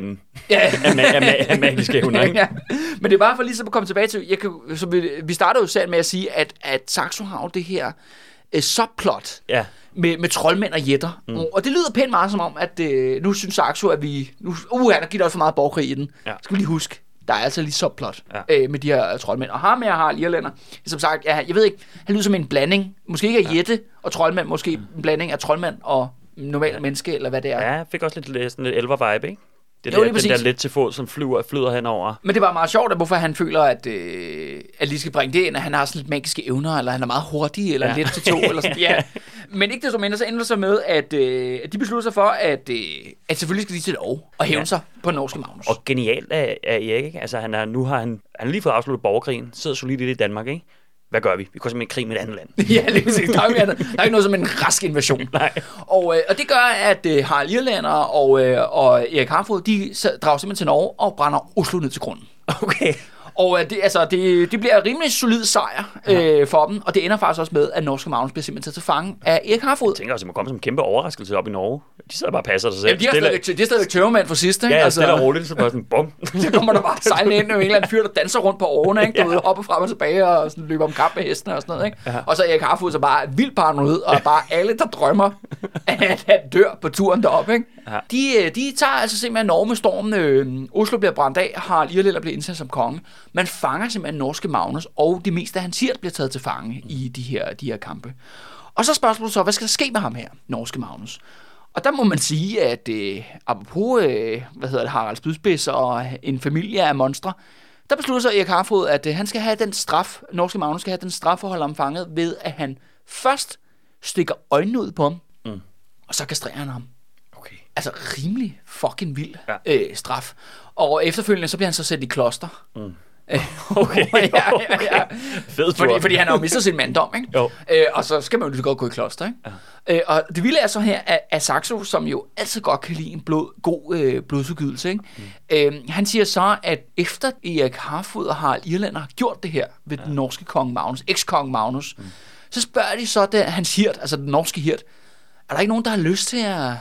ja. af, ma- af, ma- af magiske evner, ikke? Ja. Men det er bare for ligesom at komme tilbage til, jeg kan, så vi, vi startede jo selv med at sige, at, at Saxo har jo det her uh, subplot Ja. med, med troldmænd og jætter. Mm. Og det lyder pænt meget som om, at uh, nu synes Saxo, at vi... Nu, uh, der giver også for meget borgerkrig i den. Ja. Skal vi lige huske, der er altså lige subplot Ja. uh, med de her uh, troldmænd. Og ham her har irlænder. Som sagt, ja, jeg ved ikke, han lyder som en blanding. Måske ikke af jætte og troldmænd, måske en blanding af troldmænd og normal menneske, eller hvad det er. Ja, jeg fik også lidt sådan lidt elver-vibe, ikke? Det Jo, der, lige den der præcis. lidt til fod, som flyver, flyder henover. Men det var meget sjovt, at hvorfor han føler, at, øh, at lige skal bringe det ind, at han har sådan lidt magiske evner, eller han er meget hurtig, eller Ja. ja. lidt til to, eller sådan. Ja. Men ikke desto mindre, så ender det så med, at, øh, at de beslutter sig for, at, øh, at selvfølgelig skal de til lov og hæve Ja. sig på norske Magnus. Og genialt af, af Erik, ikke? Altså, han er, nu har han, han har lige fået afsluttet borgerkrigen, sidder solidt i det i Danmark, ikke? Hvad gør vi? Vi går simpelthen i krig med et andet land. Ja, lige præcis. Der er, jo, ikke- der er ikke noget som en rask invasion. Nej. Og, øh, og det gør, at øh, Harald Irlander og, øh, og Erik Harfod, de så drager simpelthen til Norge og brænder Oslo ned til grunden. Okay. Og øh, det, altså, det, det bliver en rimelig solid sejr øh, for dem, og det ender faktisk også med, at norske Magnus bliver simpelthen taget til fange af Erik Harfod. Jeg tænker også, at det må komme som en kæmpe overraskelse op i Norge. De sidder bare og passer sig selv. Jamen, de har Stille- stadigvæk, de har stadigvæk tørremand fra sidst, ikke? Ja, altså, stille og roligt, så bare sådan, bum. Så kommer der bare sejlende ind med en eller anden fyr, der danser rundt på årene, ikke? Du ved, hopper frem og tilbage og sådan løber om kamp med hestene og sådan noget, ikke? Ja. Og så er Erik Harfod så bare vildt paranoid, og bare alle, der drømmer, at han dør på turen derop, ikke? Ja. De, de tager altså simpelthen Norge med stormen. Øh, Oslo bliver brændt af, Harald Irlander bliver indsat som konge. Man fanger simpelthen norske Magnus, og det meste af hans hirt bliver taget til fange i de her, de her kampe. Og så spørgsmålet så, hvad skal der ske med ham her, norske Magnus? Og der må man sige, at øh, apropos øh, hvad hedder det, Harald Spydspids og en familie af monstre, der beslutter sig Erik Harfod, at øh, han skal have den straf, norske Magnus skal have den straf for at holde ham fanget, ved at han først stikker øjnene ud på ham, Mm. og så kastrerer han ham. Okay. Altså rimelig fucking vild Ja. øh, straf. Og efterfølgende så bliver han så sendt i kloster. Mm. Okay, ja, ja, ja. Fed tur. Fordi, fordi han har jo mistet sin manddom, ikke? Jo. Øh, og så skal man jo lige så godt gå i kloster, ikke? Ja. Øh, og det vilde er så her, at, at Saxo, som jo altid godt kan lide en blod, god øh, blodsudgydelse, ikke? Mm. Øh, han siger så, at efter Erik Harfod og Harald Irlander har gjort det her ved ja. den norske konge Magnus, eks-konge Magnus, mm. så spørger de så den, hans hirt, altså den norske hirt, er der ikke nogen, der har lyst til at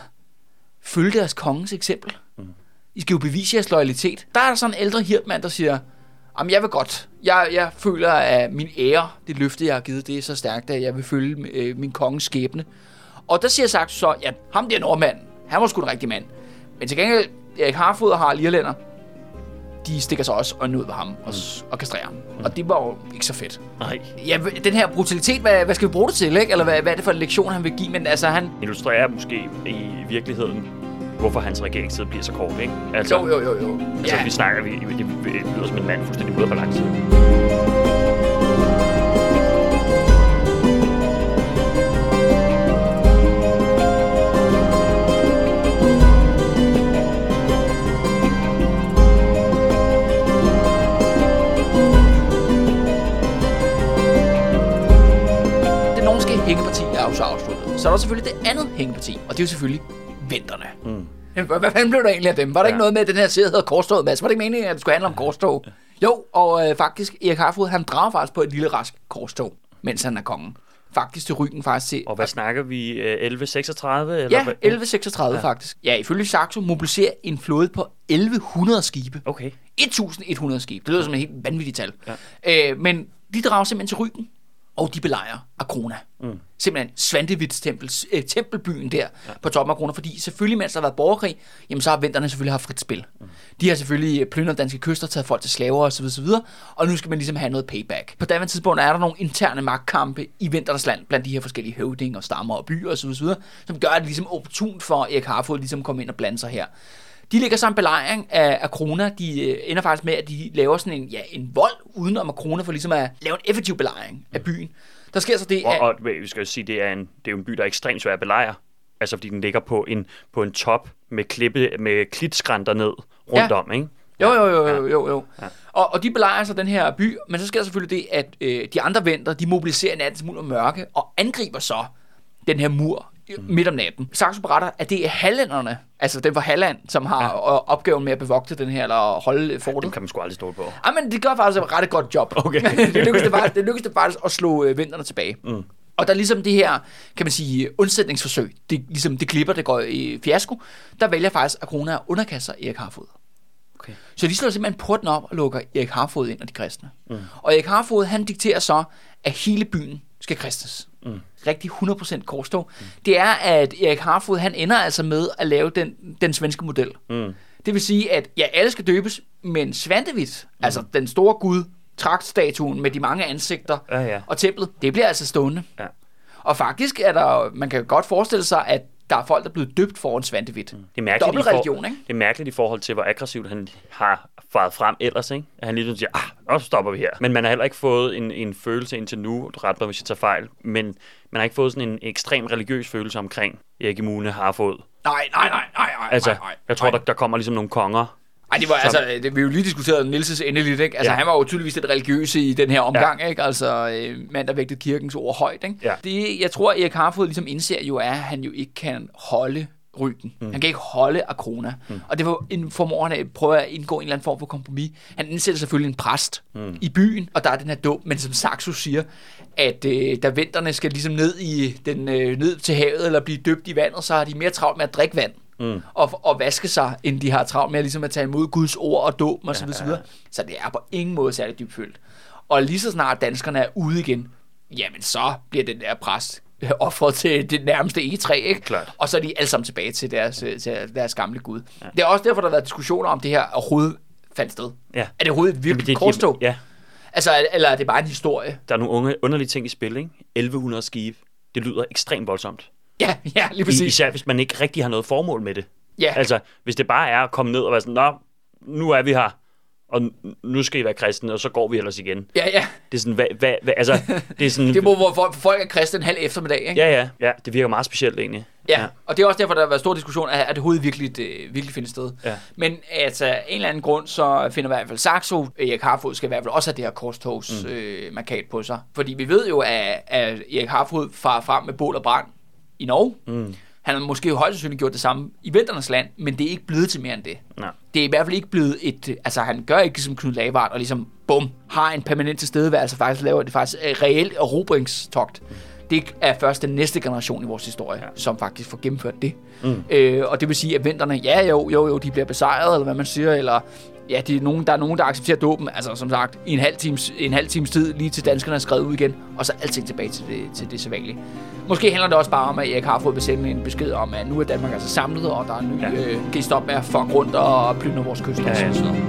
følge deres kongens eksempel? Mm. I skal jo bevise jeres loyalitet. Der er der sådan en ældre hirtmand, der siger, jamen jeg vil godt. Jeg, jeg føler, at min ære, det løfte, jeg har givet, det er så stærkt, at jeg vil følge øh, min kongens skæbne. Og der siger Saxo så, ja, ham der nordmand, han var sgu en rigtig mand. Men til gengæld, Erik Harfod og Harald Irlander, de stikker sig også øjnene ud på ham og, mm. og kastrerer ham. Mm. Og det var jo ikke så fedt. Nej. Ja, den her brutalitet, hvad, hvad skal vi bruge det til, ikke? Eller hvad, hvad er det for en lektion, han vil give? Men altså, han... Illustrerer måske i virkeligheden, hvorfor hans regeringstid bliver så kort, ikke? Altså, Jo, jo, jo, jo. Altså, Ja. vi snakker, vi, det, det lyder som en mand fuldstændig ude af balance. Det norske hængeparti er jo så afsluttet. Så er der selvfølgelig det andet hængeparti, og det er jo selvfølgelig venderne. Mm. Hvad, hvad fanden blev der egentlig af dem? Var der ja. ikke noget med, at den her serie hedder Korstoget, Mads? Var det ikke meningen, at det skulle handle om korstog? Jo, og øh, faktisk, Erik Harfod, han drager faktisk på et lille rask korstog, mens han er kongen. Faktisk til Rügen faktisk til... Og hvad snakker vi? elleve seksogtredive? Eller Ja, hvad? elleve seksogtredive ja. faktisk. Ja, ifølge Saxo mobiliserer en flåde på elleve hundrede skibe. Okay. et hundrede skibe. Det lyder som et helt vanvittigt tal. Ja. Øh, men de drager simpelthen til Rügen, og de belejrer Akrona. Mm. Simpelthen Svantevits tempel, øh, tempelbyen der ja. på toppen af Akrona, fordi selvfølgelig, mens der har været borgerkrig, jamen så har venderne selvfølgelig haft frit spil. Mm. De har selvfølgelig plyndret danske kyster, taget folk til slaver osv. osv. Og nu skal man ligesom have noget payback. På daværende tidspunkt er der nogle interne magtkampe i vendernes land, blandt de her forskellige høvdinger, stammer og byer osv., osv., som gør, at det ligesom opportunt for Erik Harfod ligesom komme ind og blande sig her. De lægger så en belejring af Akrona. De øh, ender faktisk med, at de laver sådan en, ja, en vold uden om Akrona, for ligesom at lave en effektiv belejring af byen. Der sker så det, Og, at... og vi skal jo sige, det er, en, det er jo en by, der er ekstremt svær at belejre. Altså, fordi den ligger på en, på en top med, klippe, med klitskrænter ned rundt Ja. om, ikke? Jo, jo, jo, jo, jo. jo. Ja. Og, og de belejrer så den her by, men så sker der selvfølgelig det, at øh, de andre venter, de mobiliserer nattens mulm og mørke, og angriber så den her mur mm. midt om natten. Saxo beretter, at det er hallænderne, altså den fra Halland, som har ja. opgaven med at bevogte den her, eller holde fortet. Den kan man sgu aldrig stå på. Ja, men det gør faktisk et ret godt job. Okay. det lykkedes det faktisk, det lykkedes det faktisk at slå øh, venterne tilbage. Mm. Og der er ligesom det her, kan man sige, undsætningsforsøg, det, ligesom det klipper, det går i fiasko, der vælger faktisk Akrona at underkaste sig Erik Harfod. Okay. Så de slår simpelthen porten op og lukker Erik Harfod ind og de kristne. Mm. Og Erik Harfod, han dikterer så, at hele byen skal kristnes. Mm. Rigtig hundrede procent korstog. Mm. Det er, at Erik Harfod, han ender altså med at lave den, den svenske model. Mm. Det vil sige, at ja, alle skal døbes, men Svantevit, mm. altså den store gud, traktstatuen med de mange ansigter ja, ja. og templet, det bliver altså stående. Ja. Og faktisk er der, man kan godt forestille sig, at der er folk, der er blevet døbt foran Svantevit. Mm. Det er mærkeligt, Dobbelt religion, ikke? Det er mærkeligt i forhold til, hvor aggressivt han har faret frem ellers, ikke? At han lige siger, ah, nu stopper vi her. Men man har heller ikke fået en, en følelse indtil nu, ret mig, hvis jeg tager fejl, men man har ikke fået sådan en ekstrem religiøs følelse omkring Erik Emune Harfod. Nej, nej, nej, nej, nej. Altså, nej, jeg tror, nej. Der, der kommer ligesom nogle konger. Ej, det var som... altså, det, vi jo lige diskuteret Nielses endeligt, ikke? Altså, ja. Han var jo tydeligvis lidt religiøse i den her omgang, ja. Ikke? Altså, øh, mand, der vægtede kirkens ord højt, ikke? Ja. Det, jeg tror, Erik Harfod ligesom indser jo, er, at han jo ikke kan holde Rügen. Mm. Han kan ikke holde Arkona. Mm. Og det var en formår, han prøver at indgå en eller anden form for kompromis. Han indsætter selvfølgelig en præst mm. i byen, og der er den her dåb, men som Saxo siger, at øh, da venterne skal ligesom ned, i den, øh, ned til havet, eller blive døbt i vandet, så har de mere travlt med at drikke vand. Mm. Og, og vaske sig, end de har travlt med ligesom at tage imod Guds ord og dåb og så videre, så videre. Så det er på ingen måde særligt dybfølt. Og lige så snart danskerne er ude igen, jamen så bliver den der præst offret til det nærmeste egetræ, ikke? Klart. Og så er de alle sammen tilbage til deres, til deres gamle gud. Ja. Det er også derfor, der har været diskussioner om det her overhovedet fandt sted. Ja. Er det overhovedet et virkelig korstog? Ja. Altså, eller er det bare en historie? Der er nogle unge, underlige ting i spil, ikke? elleve hundrede skibe. Det lyder ekstremt voldsomt. Ja, ja, lige præcis. I, især hvis man ikke rigtig har noget formål med det. Ja. Altså, hvis det bare er at komme ned og være sådan, nå, nu er vi her, og nu skal I være kristne, og så går vi ellers igen. Ja, ja. Det er sådan, hvad, hvad, hvad altså, det er sådan... det er, hvor folk er kristne en halv eftermiddag, ikke? Ja, ja, ja, det virker meget specielt egentlig. Ja, ja. Og det er også derfor, der har været stor diskussion, at det overhovedet virkelig, virkelig finder sted. Ja. Men altså, en eller anden grund, så finder i hvert fald Saxo, Erik Harfod skal i hvert fald også have det her korstogs mm. øh, markat på sig. Fordi vi ved jo, at, at Erik Harfod farer frem med bål og brand i Norge. Mm. Han har måske højst sandsynligt gjort det samme i Vendernes land, men det er ikke blevet til mere end det. Nej. Det er i hvert fald ikke blevet et... Altså, han gør ikke som Knud Lavard og ligesom, bum, har en permanent tilstedeværelse, faktisk laver det faktisk et reelt erobringstogt. Mm. Det er først den næste generation i vores historie, ja. Som faktisk får gennemført det. Mm. Øh, og det vil sige, at Venderne, ja jo, jo, jo, de bliver besejret, eller hvad man siger, eller... Ja, det er nogen, der er nogen, der accepterer dåben, altså som sagt, i en halv times, en halv times tid, lige til danskerne er skrevet ud igen, og så alting tilbage til det, til det sædvanlige. Måske handler det også bare om, at Erik Harfod vil sende en besked om, at nu er Danmark altså samlet, og der er en ny, ja. øh, kan I stoppe med at fuck rundt og plyndre vores kyster, ja, ja. Og så videre.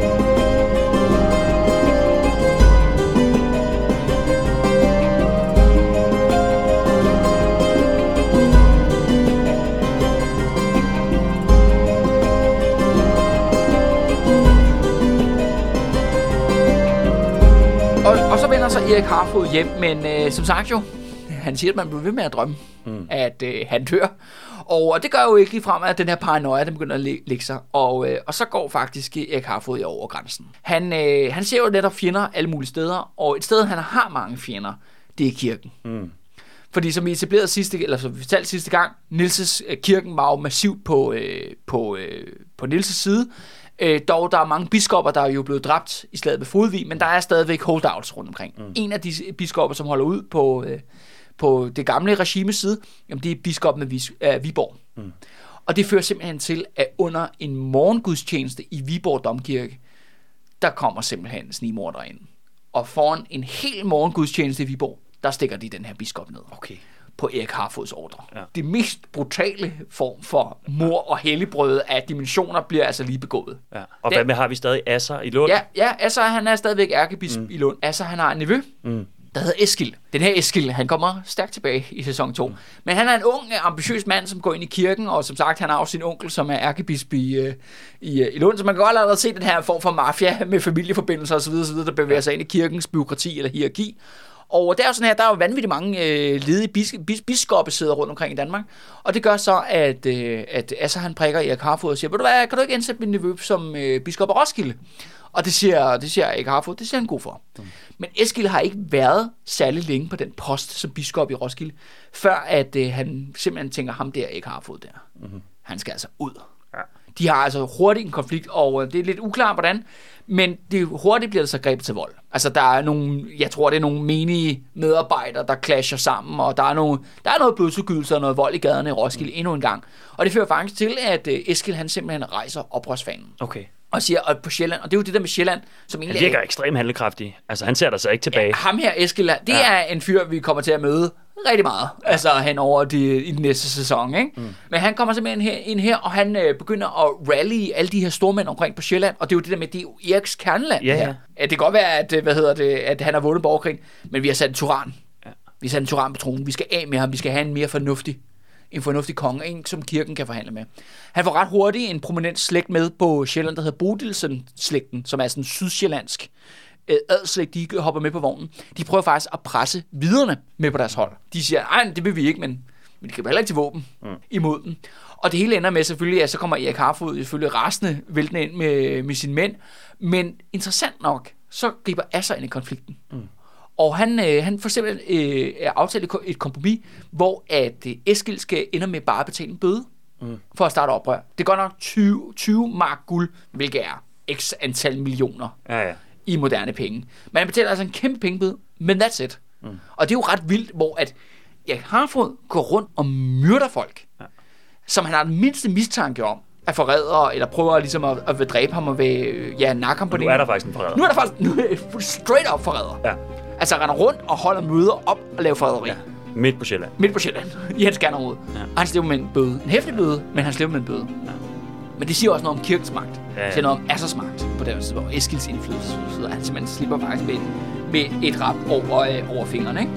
Og så vender så Erik Harfod hjem, men øh, som sagt jo, han siger, at man bliver ved med at drømme, mm. at øh, han dør. Og det gør jo ikke lige frem, at den her paranoia, den begynder at lægge sig. Og, øh, og så går faktisk Erik Harfod i over grænsen. Han, øh, han ser jo netop fjender alle mulige steder, og et sted, han har mange fjender, det er kirken. Mm. Fordi som vi etablerede sidste, eller som vi fortalte sidste gang, Nielses øh, kirken var jo massivt på, øh, på, øh, på Nielses side. Øh, dog, der er mange biskopper, der er jo blevet dræbt i slaget ved Fodvig, men der er stadigvæk holdouts rundt omkring. Mm. En af de biskopper, som holder ud på, øh, på det gamle regimes side, jamen, det er biskoppen af Vis- øh, Viborg. Mm. Og det fører simpelthen til, at under en morgengudstjeneste i Viborg Domkirke, der kommer simpelthen snigmordere ind. Og foran en hel morgengudstjeneste i Viborg, der stikker de den her biskop ned. Okay. På Erik Harfods ordre. Ja. Det mest brutale form for mord og helligbrød af dimensioner bliver altså lige begået. Ja. Og den, hvad med, har vi stadig Asser i Lund? Ja, ja, Asser, han er stadigvæk ærkebisp mm. i Lund. Asser, han har en nevø, mm. der hedder Eskil. Den her Eskil, han kommer stærkt tilbage i sæson to. Mm. Men han er en ung, ambitiøs mand, som går ind i kirken, og som sagt, han har også sin onkel, som er ærkebisp i, i, i Lund. Så man kan godt allerede se den her form for mafia med familieforbindelser osv., osv., der bevæger sig ind i kirkens bureaukrati eller hierarki. Og der er jo sådan her, der er jo vanvittigt mange øh, ledige bis, bis, biskopper sidder rundt omkring i Danmark. Og det gør så, at, øh, at Asser han prikker Erik Harfod og siger, ved du hvad, kan du ikke indsætte min nevø som øh, biskop af Roskilde? Og det siger, det siger Erik Harfod, det siger han god for. Mm. Men Eskil har ikke været særlig længe på den post som biskop i Roskilde, før at øh, han simpelthen tænker, ham der Erik Harfod der, mm-hmm. han skal altså ud. Ja. De har altså hurtigt en konflikt, og det er lidt uklart hvordan, men det hurtigt bliver det så grebet til vold. Altså der er nogle, jeg tror det er nogle menige medarbejdere, der clasher sammen, og der er, nogle, der er noget blodsudgydelse og noget vold i gaderne i Roskilde mm. endnu en gang. Og det fører faktisk til, at uh, Eskil han simpelthen rejser oprørsfanen. Okay. og siger, og på Sjælland, og det er jo det der med Sjælland, som egentlig han virker er, ekstremt handlekraftig. Altså, han ser der sig ikke tilbage. Ja, ham her, Eskil, det ja. er en fyr, vi kommer til at møde rigtig meget, ja. altså hen over de, i den næste sæson, ikke? Mm. Men han kommer simpelthen her, ind her, og han øh, begynder at rally alle de her stormænd omkring på Sjælland, og det er jo det der med, det er jo Eriks kerneland ja, her. Ja. Ja, det kan godt være, at, hvad hedder det, at han har vundet borgerkrigen, men vi har sat en tyran. Ja. Vi har sat en tyran på tronen. Vi skal af med ham. Vi skal have en mere fornuftig, en fornuftig konge, en som kirken kan forhandle med. Han får ret hurtigt en prominent slægt med på Sjælland, der hedder Bodilsen-slægten, som er sådan sydsjællandsk adelsslægt, de hopper med på vognen. De prøver faktisk at presse viderne med på deres hold. De siger, nej, det vil vi ikke, men, men de kan heller ikke til våben mm. imod dem. Og det hele ender med selvfølgelig, at så kommer Erik Harfod selvfølgelig rasende væltende ind med, med sine mænd. Men interessant nok, så griber Asser ind i konflikten. Mm. Og han, øh, han for eksempel øh, aftalt et kompromis, hvor at øh, Eskil skal ender med bare at betale en bøde mm. for at starte oprør. Det går nok tyve, tyve mark guld, hvilket er x antal millioner ja, ja. i moderne penge. Men han betaler altså en kæmpe pengebøde, men that's it. Mm. Og det er jo ret vildt, hvor at Erik Harfod går rundt og myrder folk, ja. som han har den mindste mistanke om, at forrædere, eller prøver ligesom at, at dræbe ham og ved, ja, nakke ham på det. Nu er der faktisk en forræder. Nu er der faktisk nu er straight up forræder. Ja. Altså render rundt og holder møder op og laver forræderi. Ja. Midt på Sjælland. Midt på Sjælland. I hans gerneområde. Ja. Og han slipper med en bøde. En hæftig bøde, men han slipper med en bøde. Ja. Men det siger også noget om kirkens magt. Ja, ja. Det siger noget om Assers magt på den måde, og Eskils indflydelse. Så han simpelthen slipper faktisk med, med et rap over, øh, over fingrene, ikke?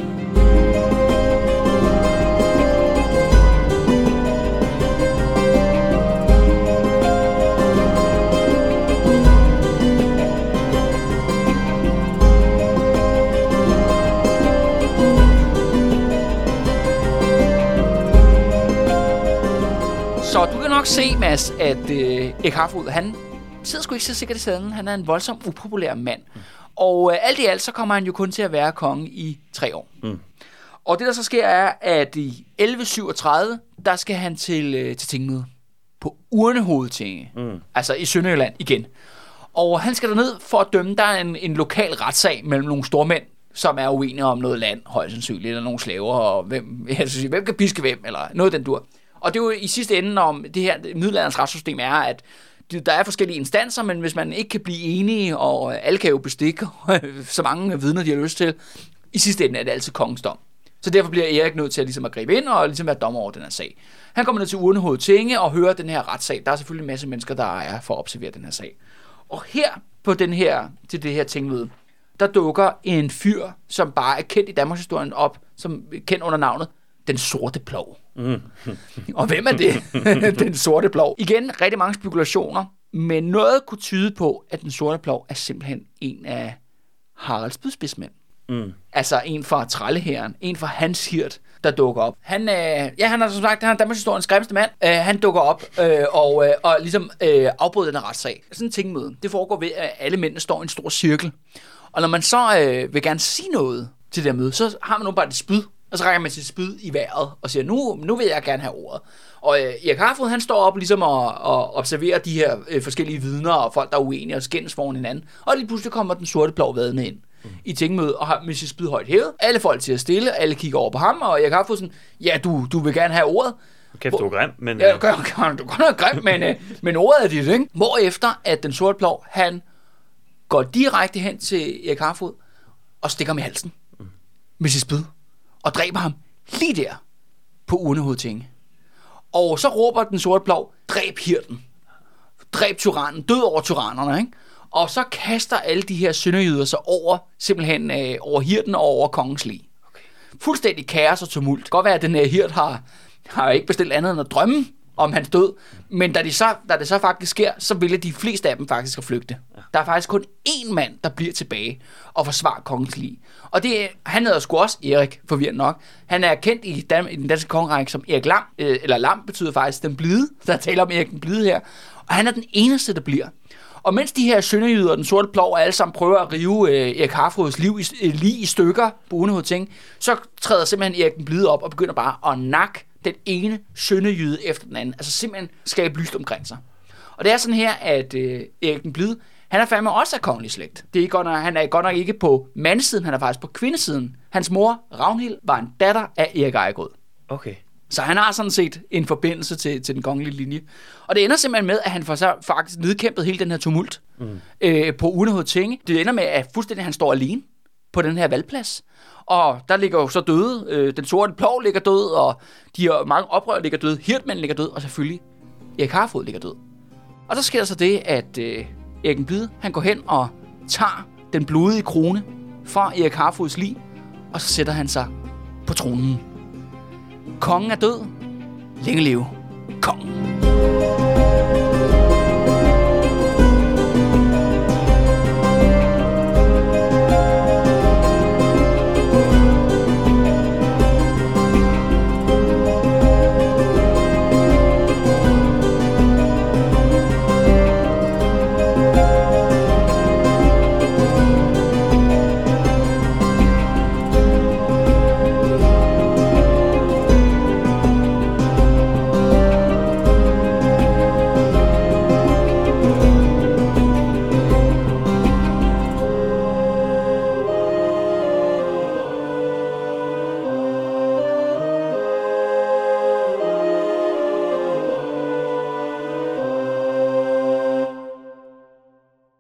Så du kan nok se, Mads, at øh, Erik Harfod, han sidder sgu ikke så sikkert i sadlen. Han er en voldsomt upopulær mand. Mm. Og øh, alt i alt, så kommer han jo kun til at være konge i tre år. Mm. Og det, der så sker, er, at i elleve syvogtredive, der skal han til, øh, til tingmøde på Urnehovedtinge. Mm. Altså i Sønderjylland igen. Og han skal derned for at dømme. Der er en, en lokal retssag mellem nogle stormænd, som er uenige om noget land, højst sandsynligt, eller nogle slaver, og hvem, jeg sige, hvem kan piske hvem, eller noget den dur. Og det er jo i sidste ende om det her middelalderens retssystem er, at der er forskellige instanser, men hvis man ikke kan blive enige, og alle kan jo bestikke så mange vidner, de har lyst til, i sidste ende er det altid kongens dom. Så derfor bliver Erik nødt til at, ligesom at gribe ind og ligesom være dommer over den her sag. Han kommer ned til Urnehovedtinge og hører den her retssag. Der er selvfølgelig en masse mennesker, der er for at observere den her sag. Og her på den her, til det her tingmøde, der dukker en fyr, som bare er kendt i Danmarks historien op, som er kendt under navnet Den Sorte Plov. Mm. Og hvem er det? Den Sorte Plov. Igen, rigtig mange spekulationer, men noget kunne tyde på, at Den Sorte Plov er simpelthen en af Haralds budspidsmænd. Mm. Altså en fra Trælleherren, en fra Hans Hirt, der dukker op. Han, øh, ja, han er som sagt, han er Danmarks historiens grimmeste mand. Øh, han dukker op øh, og, øh, og ligesom øh, afbryder den her retssag. Sådan en tingmøde, det foregår ved, at alle mændene står i en stor cirkel. Og når man så øh, vil gerne sige noget til det her møde, så har man nu bare et spyd, og så rækker man sit spyd i vejret og siger, nu, nu vil jeg gerne have ordet. Og øh, Erik Harfod, han står op ligesom og, og observerer de her øh, forskellige vidner og folk, der er uenige og skændes foran hinanden. Og lige pludselig kommer Den Sorte Plov vadende ind mm. i tingmødet og har med sit spyd højt hævet. Alle folk siger stille, alle kigger over på ham, og Erik Harfod sådan, ja, du, du vil gerne have ordet. Kæft, du er grim, men... Ja, du kan godt nok grim, men, øh, men ordet er dit, ikke? Hvorefter, at Den Sorte Plov, han går direkte hen til Erik Harfod og stikker ham i halsen mm. med sit spyd og dræber ham lige der på Urnehovedtinge. Og så råber Den Sorte Plov, dræb hirten. Dræb tyrannen, død over tyrannerne, ikke? Og så kaster alle de her sønderjyder sig over, simpelthen øh, over hirten og over kongens lig. Okay. Fuldstændig kaos og tumult. Det kan godt være, at den her hirt har, har ikke bestilt andet end at drømme om hans død, men da, de så, da det så faktisk sker, så ville de fleste af dem faktisk at flygte. Ja. Der er faktisk kun én mand, der bliver tilbage og forsvarer kongens lig. Og det, han hedder sgu også Erik, forvirrende nok. Han er kendt i, Dan, i den danske kongerække som Erik Lam, øh, eller Lam betyder faktisk den blide. Der taler om Erik den blide her. Og han er den eneste, der bliver. Og mens de her sønderjyder og Den Sorte Plov og alle sammen prøver at rive øh, Erik Harfods liv i, øh, lige i stykker på Urnehovedtinge, så træder simpelthen Erik den blide op og begynder bare at nakke den ene sønderjyde efter den anden. Altså simpelthen skabe lyst omkring sig. Og det er sådan her, at øh, Erik den blide, han er fandme også af kongelig slægt. Det er godt nok, han er godt nok ikke på mandesiden, han er faktisk på kvindesiden. Hans mor, Ragnhild, var en datter af Erik Ejegod. Okay. Så han har sådan set en forbindelse til, til den kongelige linje. Og det ender simpelthen med, at han får så faktisk nedkæmpet hele den her tumult mm. øh, på Unehoved Tinge. Det ender med, at fuldstændig han står alene på den her valgplads. Og der ligger jo så døde. Øh, den sorte plov ligger død, og de her mange oprør ligger døde. Hirtmanden ligger død, og selvfølgelig Erik Harfod ligger død. Og så sker der så det, at øh, Erik den Blide, han går hen og tager den blodige krone fra Erik Harfods lig, og så sætter han sig på tronen. Kongen er død. Længe leve kongen.